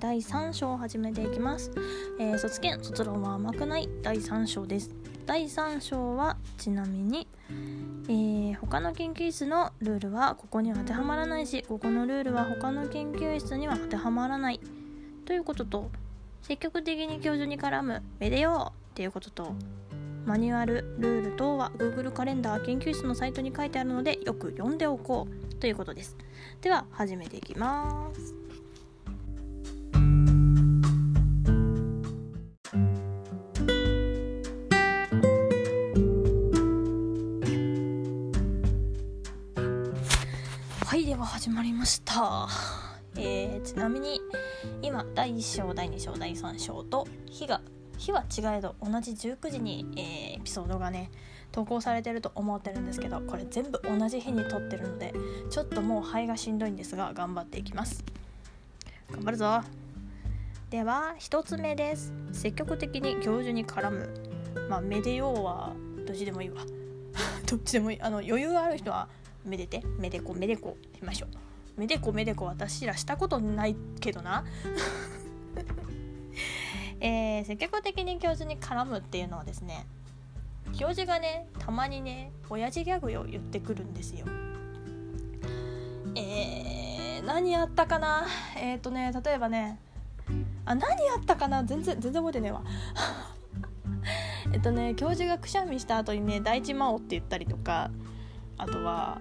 第3章を始めていきます。卒検卒論は甘くない第3章です。第3章はちなみに、他の研究室のルールはここには当てはまらないし、ここのルールは他の研究室には当てはまらないということと、積極的に教授に絡むめでようっていうことと、マニュアル、ルール等は Google カレンダー研究室のサイトに書いてあるのでよく読んでおこうということです。では始めていきます。はい、では始まりました。ちなみに今第1章、第2章、第3章と日は違えど同じ19時に、エピソードがね投稿されてると思ってるんですけど、これ全部同じ日に撮ってるのでちょっともう肺がしんどいんですが頑張っていきます。頑張るぞ。では1つ目です。積極的に教授に絡む。めでようはどっちでもいいわどっちでもいい。余裕ある人はめでて、めでこしましょう。めでこ私らしたことないけどな積極的に教授に絡むっていうのはですね、教授がねたまにね親父ギャグを言ってくるんですよ。何やったかな。例えばね、何やったかな、全然覚えてねえわ教授がくしゃみした後にね大地魔王って言ったりとか、あとは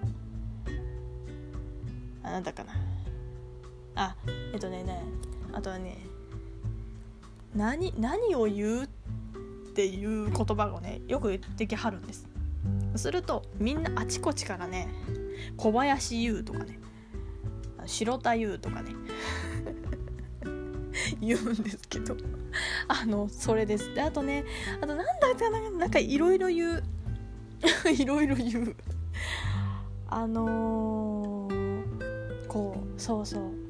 なんだかな、あとはね何を言うっていう言葉をねよく言ってきはるんです。するとみんなあちこちからね小林優とかね白田優とかね言うんですけどそれです。であとなんだかなんかいろいろ言うこうそう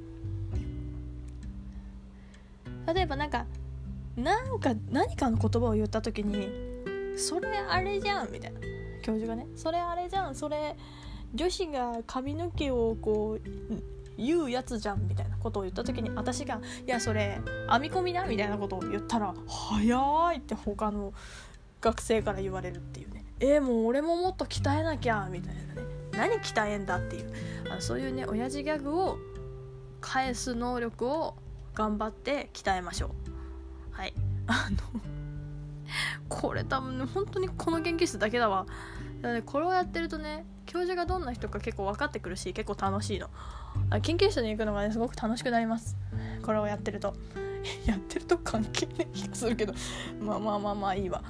例えば何かの言葉を言った時に、それあれじゃんみたいな、教授がねそれあれじゃん、それ女子が髪の毛をこう言うやつじゃんみたいなことを言った時に、私がいやそれ編み込みだみたいなことを言ったら早いって他の学生から言われるっていうね。もう俺ももっと鍛えなきゃみたいなね。何鍛えんだっていうそういうね親父ギャグを返す能力を頑張って鍛えましょう。はい、これ多分、ね、本当にこの研究室だけだわ。だからね、これをやってるとね教授がどんな人か結構分かってくるし、結構楽しいの。研究室に行くのがねすごく楽しくなります。これをやってると関係ない気がするけどまあいいわ。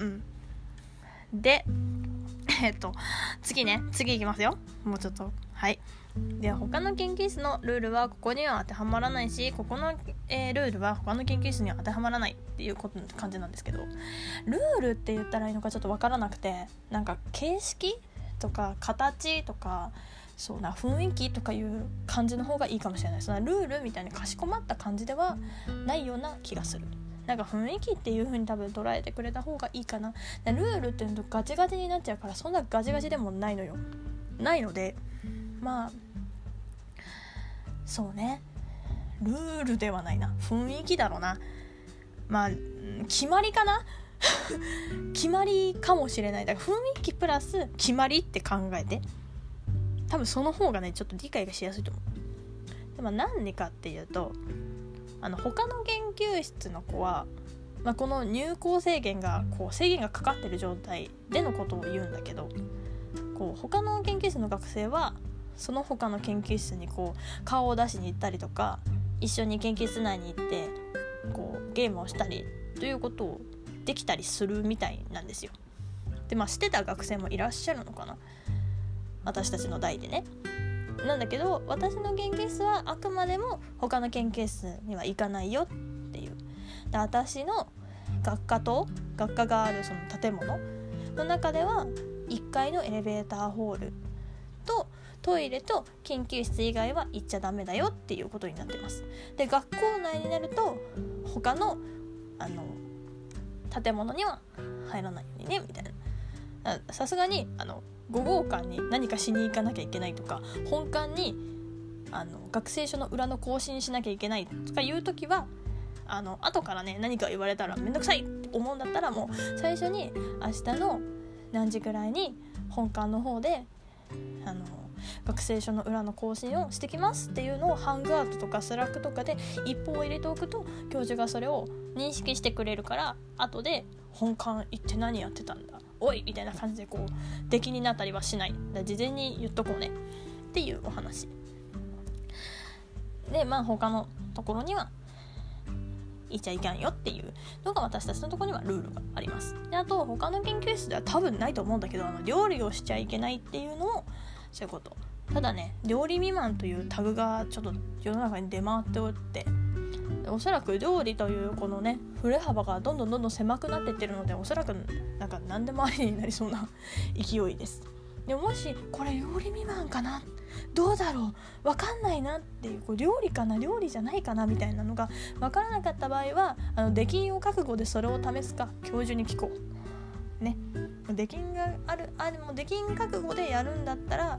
で次いきますよ。もうちょっとでは他の研究室のルールはここには当てはまらないし、ここの、ルールは他の研究室には当てはまらないっていう感じなんですけど、ルールって言ったらいいのかちょっと分からなくて、なんか形式とか形とかそうな雰囲気とかいう感じの方がいいかもしれない。そんなルールみたいにかしこまった感じではないような気がする。なんか雰囲気っていう風に多分捉えてくれた方がいいかな。ルールっていうとガチガチになっちゃうから、そんなガチガチでもないので、そうね、ルールではないな、雰囲気だろうな。決まりかな決まりかもしれない。だから雰囲気プラス決まりって考えて、多分その方がねちょっと理解がしやすいと思う。でもなんでかっていうと、他の研究室の子は、この入校制限がかかってる状態でのことを言うんだけど、他の研究室の学生はその他の研究室に顔を出しに行ったりとか、一緒に研究室内に行ってゲームをしたりということをできたりするみたいなんですよ。でしてた学生もいらっしゃるのかな、私たちの代でね。なんだけど私の研究室はあくまでも他の研究室には行かないよっていう。で私の学科があるその建物の中では1階のエレベーターホールとトイレと研究室以外は行っちゃダメだよっていうことになってます。で学校内になると他の建物には入らないようにねみたいな。さすがに5号館に何かしに行かなきゃいけないとか、本館に学生証の裏の更新しなきゃいけないとかいう時は後からね何か言われたらめんどくさいって思うんだったら、もう最初に明日の何時くらいに本館の方で学生証の裏の更新をしてきますっていうのをハングアウトとかスラックとかで一報を入れておくと、教授がそれを認識してくれるから、後で本館行って何やってたんだおいみたいな感じでこう敵になったりはしない。だ事前に言っとこうねっていうお話で、他のところには言っちゃいけんよっていうのが私たちのところにはルールがあります。であと他の研究室では多分ないと思うんだけど、料理をしちゃいけないっていうのもそういうこと。ただね、料理未満というタグがちょっと世の中に出回っておって、おそらく料理というこのね振れ幅がどんどん狭くなっていってるので、おそらく何でもありになりそうな勢いです。でもしこれ料理未満かな、どうだろう、分かんないなっていう、料理かな料理じゃないかなみたいなのが分からなかった場合は出禁を覚悟でそれを試すか教授に聞こうね。出禁があるでも出禁覚悟でやるんだったら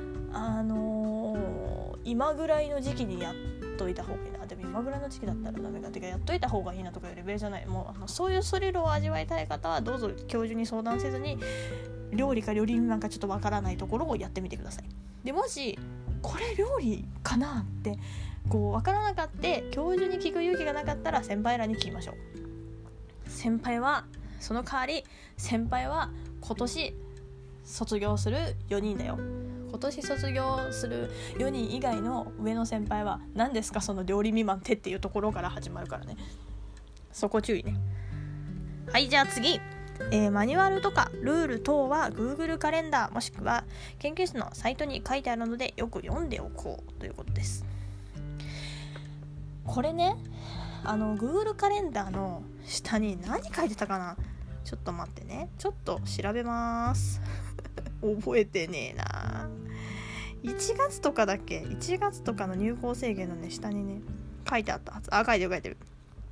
今ぐらいの時期にやっといた方がいいな。でも今ぐらいの時期だったらダメかってか、やっといた方がいいなとかいうレベルじゃない。もうそういうスリルを味わいたい方はどうぞ教授に相談せずに、料理か料理未満かちょっとわからないところをやってみてください。でもしこれ料理かなってわからなかった教授に聞く勇気がなかったら先輩らに聞きましょう。先輩はその代わり、先輩は今年卒業する4人だよ。今年卒業する4人以外の上の先輩は何ですかその料理未満ってっていうところから始まるからね、そこ注意ね。はい、じゃあ次、マニュアルとかルール等は Google カレンダーもしくは研究室のサイトに書いてあるのでよく読んでおこうということです。これね、Google カレンダーの下に何書いてたかな、ちょっと待ってね、ちょっと調べます覚えてねえな。1月とかだっけ、1月とかの入校制限のね下にね書いてあったはず。書いてる。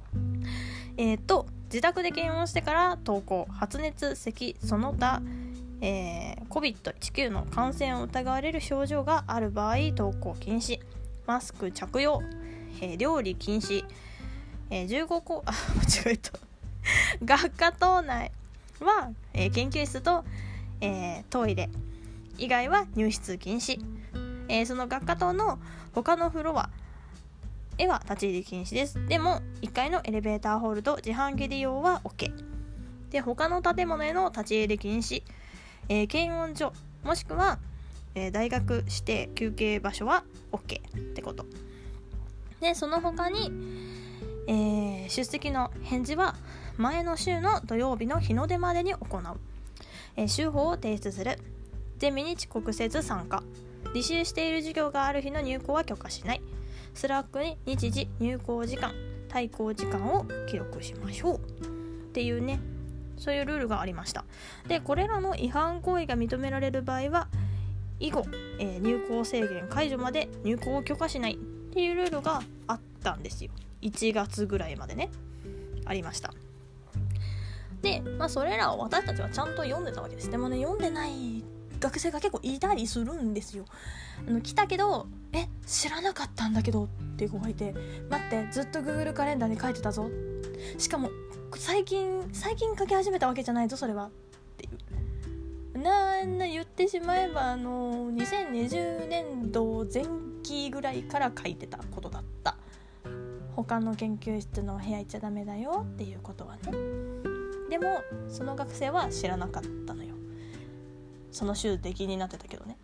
自宅で検温してから登校、発熱、咳、その他、COVID-19 の感染を疑われる症状がある場合登校禁止、マスク着用、料理禁止、15校間違えた学科等内は、研究室と、トイレ以外は入室禁止、その学科等の他のフロアへは立ち入り禁止です。でも1階のエレベーターホールと自販機利用は OK で、他の建物への立ち入り禁止、検温所もしくは、大学指定休憩場所は OK ってことで、その他に、出席の返事は前の週の土曜日の日の出までに行う、週報を提出する、ゼミに遅刻せず参加、履修している授業がある日の入校は許可しない、スラックに日時、入校時間、退校時間を記録しましょうっていうね、そういうルールがありました。でこれらの違反行為が認められる場合は以後、入校制限解除まで入校を許可しないっていうルールがあったんですよ。1月ぐらいまでねありました。で、それらを私たちはちゃんと読んでたわけです。でもね、読んでない学生が結構いたりするんですよ。来たけど知らなかったんだけどっていう子がいて、待ってずっと Google カレンダーに書いてたぞ、しかも最近書き始めたわけじゃないぞそれはっていう言ってしまえば2020年度前期ぐらいから書いてたことだった。他の研究室の部屋行っちゃダメだよっていうことはね。でもその学生は知らなかったのよ。その週出禁になってたけどね。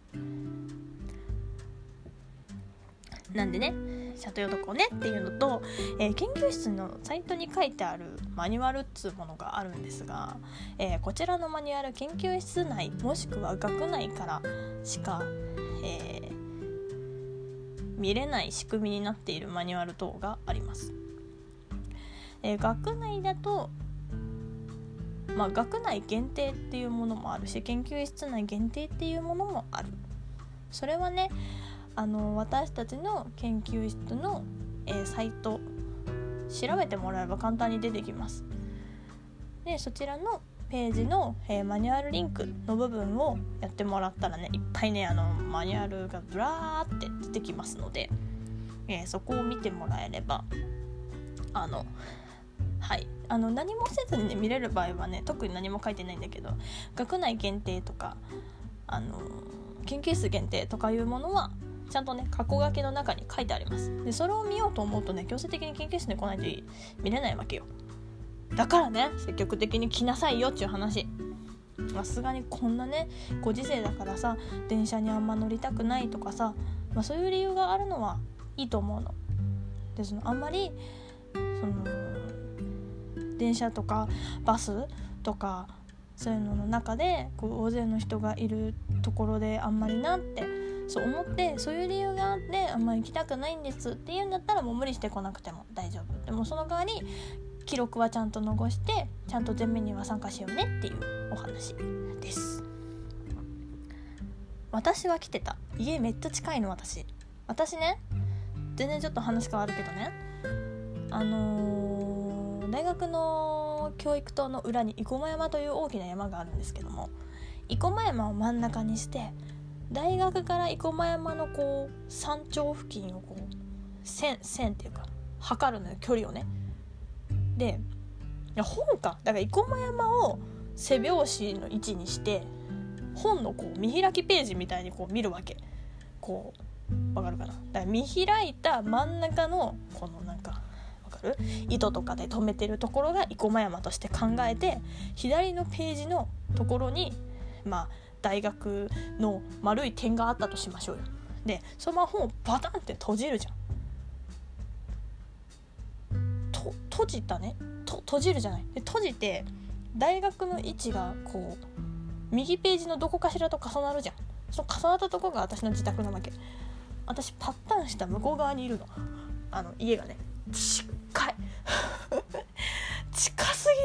なんでね、シャトヨドコねっていうのと、研究室のサイトに書いてあるマニュアルっつうものがあるんですが、こちらのマニュアル研究室内もしくは学内からしか、見れない仕組みになっているマニュアル等があります。学内だと学内限定っていうものもあるし、研究室内限定っていうものもある。それはね、私たちの研究室の、サイト調べてもらえば簡単に出てきます。でそちらのページの、マニュアルリンクの部分をやってもらったらね、いっぱいねマニュアルがブラーって出てきますので、そこを見てもらえれば何もせずにね見れる場合はね特に何も書いてないんだけど、学内限定とか研究室限定とかいうものはちゃんとね括弧書きの中に書いてあります。でそれを見ようと思うとね強制的に研究室に来ないと見れないわけよ。だからね積極的に来なさいよっていう話。さすがにこんなねご時世だからさ、電車にあんま乗りたくないとかさ、そういう理由があるのはいいと思うので、あんまり電車とかバスとかそういうのの中で大勢の人がいるところであんまりなってそう思って、そういう理由があってあんまり行きたくないんですっていうんだったらもう無理して来なくても大丈夫。でもその代わり記録はちゃんと残してちゃんと前面には参加しようねっていうお話です。私は来てた。家めっちゃ近いの。私ね、全然ちょっと話変わるけどね、大学の教育棟の裏に生駒山という大きな山があるんですけども、生駒山を真ん中にして大学から生駒山の山頂付近を線っていうか測るのよ、距離をね。で本かだから生駒山を背拍子の位置にして本の見開きページみたいに見るわけ。わかるかな。だから見開いた真ん中のこのわかる糸とかで留めてるところが生駒山として考えて、左のページのところに大学の丸い点があったとしましょうよ。でそのまま本をバタンって閉じるじゃん。閉じたね。閉じるじゃない。で閉じて大学の位置が右ページのどこかしらと重なるじゃん。その重なったところが私の自宅なわけ。私パッタンした向こう側にいるの。家がね近い近す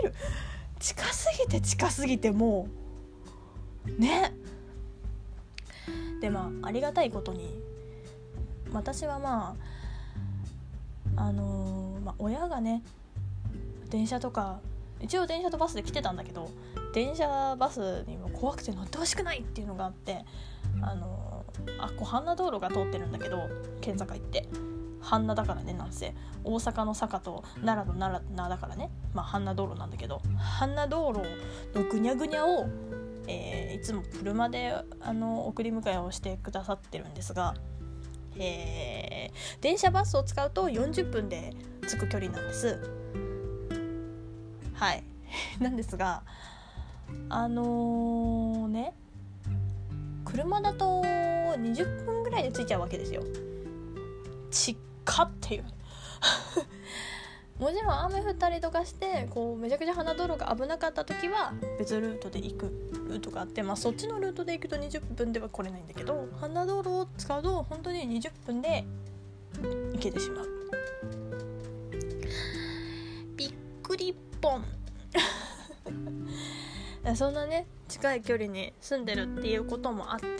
ぎてもうね。でありがたいことに私は親がね電車とか一応電車とバスで来てたんだけど、電車バスにも怖くて乗ってほしくないっていうのがあって、阪奈道路が通ってるんだけど、県境って阪奈だからね、なんせ大阪の坂と奈良の奈良だからね、阪奈道路なんだけど、阪奈道路のぐにゃぐにゃを、いつも車で送り迎えをしてくださってるんですが、電車バスを使うと40分で着く距離なんです。はいなんですがね、車だと20分ぐらいで着いちゃうわけですよ。近っていうもちろん雨降ったりとかしてめちゃくちゃ花道路が危なかった時は別ルートで行くルートがあって、そっちのルートで行くと20分では来れないんだけど、花道路を使うと本当に20分で行けてしまう。びっくりポンそんなね近い距離に住んでるっていうこともあって、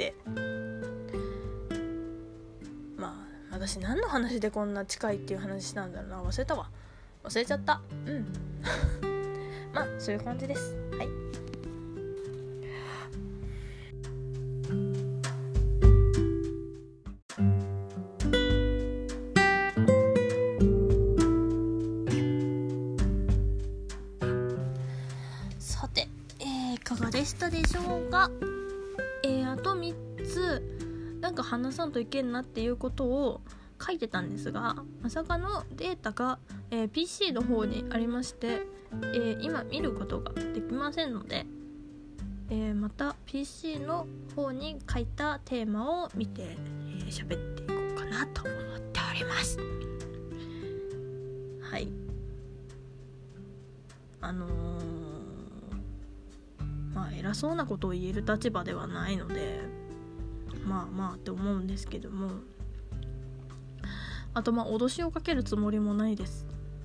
私何の話でこんな近いっていう話したんだろうな。忘れちゃったそういう感じです。はい。さて、いかがでしたでしょうか。あと3つ話さんといけんなっていうことを書いてたんですが、まさかのデータが、PC の方にありまして、今見ることができませんので、また PC の方に書いたテーマを見て喋っていこうかなと思っております。はい。偉そうなことを言える立場ではないのでって思うんですけども、あと脅しをかけるつもりもないです。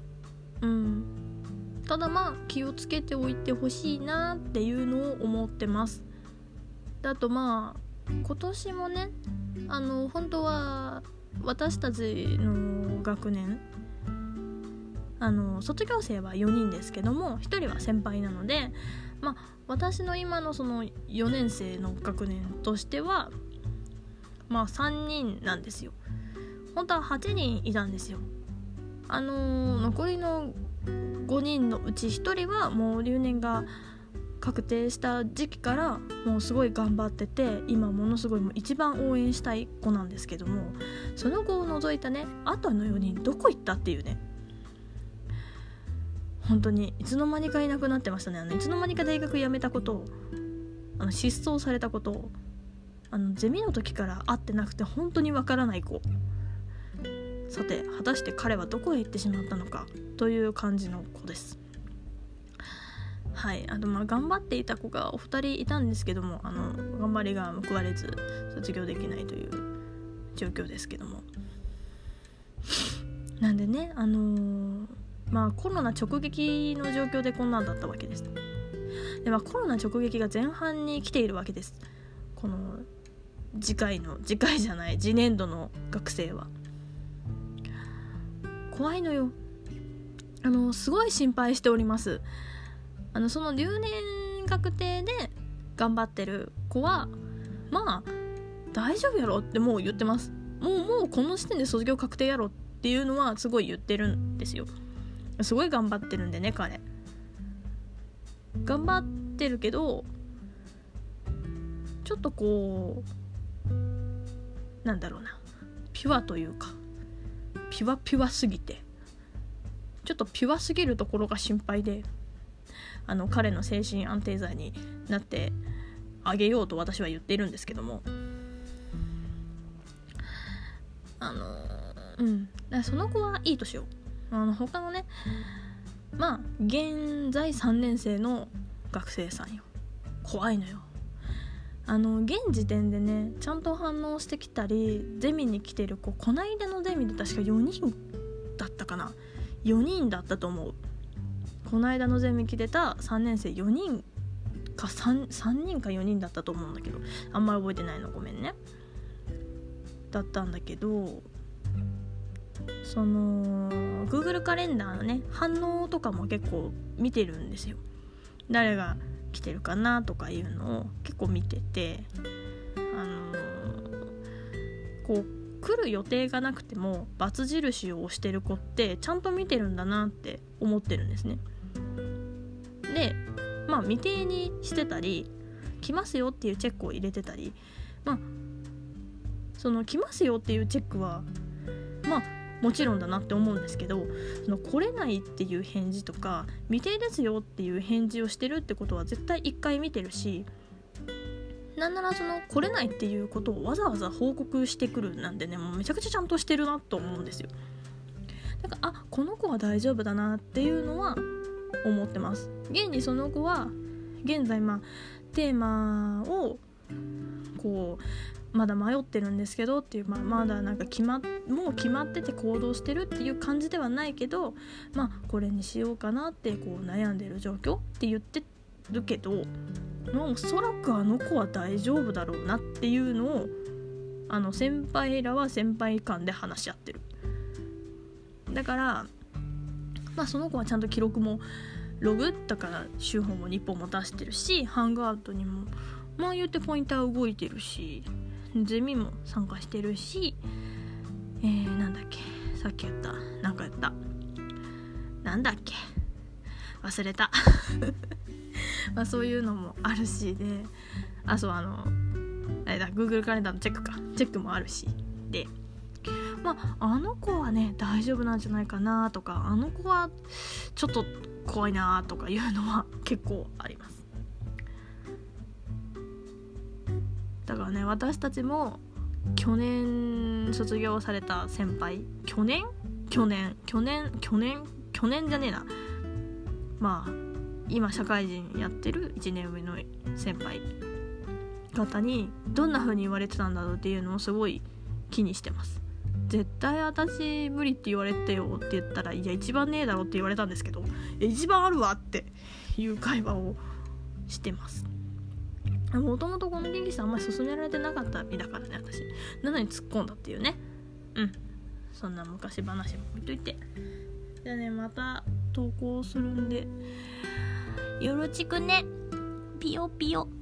ただ気をつけておいてほしいなっていうのを思ってます。であと今年もね本当は私たちの学年卒業生は4人ですけども、1人は先輩なので、私の今のその4年生の学年としては3人なんですよ。本当は8人いたんですよ。残りの5人のうち1人はもう留年が確定した時期からもうすごい頑張ってて、今ものすごいもう一番応援したい子なんですけども、その子を除いたねあとの4人どこ行ったっていうね、本当にいつの間にかいなくなってましたね。いつの間にか大学辞めたことを、失踪されたことを、ゼミの時から会ってなくて本当にわからない子。さて果たして彼はどこへ行ってしまったのかという感じの子です。はい、頑張っていた子がお二人いたんですけども、頑張りが報われず卒業できないという状況ですけども、なんでねコロナ直撃の状況でこんなんだったわけです。で、コロナ直撃が前半に来ているわけです。この次年度の学生は怖いのよ。すごい心配しております。その留年確定で頑張ってる子は大丈夫やろってもう言ってます。もうこの時点で卒業確定やろっていうのはすごい言ってるんですよ。すごい頑張ってるんでね、彼頑張ってるけど、ちょっとこうピュアというかピュアすぎて、ちょっとピュアすぎるところが心配で、彼の精神安定剤になってあげようと私は言っているんですけども、その子はいいとしよう。他のね現在3年生の学生さんよ、怖いのよ。現時点でねちゃんと反応してきたりゼミに来てる子、こないだのゼミで確か4人だったかな、4人だったと思う。こないだのゼミ来てた3年生4人か 3人か4人だったと思うんだけど、あんまり覚えてないのごめんね。だったんだけど、その Google カレンダーのね反応とかも結構見てるんですよ。誰が来てるかなとかいうのを結構見てて、こう来る予定がなくても×印を押してる子ってちゃんと見てるんだなって思ってるんですね。で未定にしてたり来ますよっていうチェックを入れてたり、その来ますよっていうチェックはもちろんだなって思うんですけど、その来れないっていう返事とか未定ですよっていう返事をしてるってことは絶対1回見てるし、なんならその来れないっていうことをわざわざ報告してくるなんでね、もうめちゃくちゃちゃんとしてるなと思うんですよ。だからこの子は大丈夫だなっていうのは思ってます。現にその子は現在テーマをこうまだ迷ってるんですけどっていう、まだもう決まってて行動してるっていう感じではないけど、これにしようかなってこう悩んでる状況って言ってるけど、おそらく子は大丈夫だろうなっていうのを先輩らは先輩間で話し合ってる。だからその子はちゃんと記録もログだから週報も日報も出してるし、ハングアウトにも言ってポインター動いてるし、ゼミも参加してるし、さっき言ったなんだっけ忘れたそういうのもあるしで、Google カレンダーのチェックもあるしで、子はね大丈夫なんじゃないかなとか、子はちょっと怖いなとかいうのは結構あります。だからね、私たちも去年卒業された先輩、去年じゃねえな、今社会人やってる1年上の先輩方にどんな風に言われてたんだろうっていうのをすごい気にしてます。絶対私無理って言われてよって言ったら、いや一番ねえだろって言われたんですけど、一番あるわっていう会話をしてます。もともとこの研究室あんまり進められてなかった身だからね、私なのに突っ込んだっていうね。そんな昔話も置いといて、 じゃあね、また投稿するんでよろちくね。ピヨピヨ。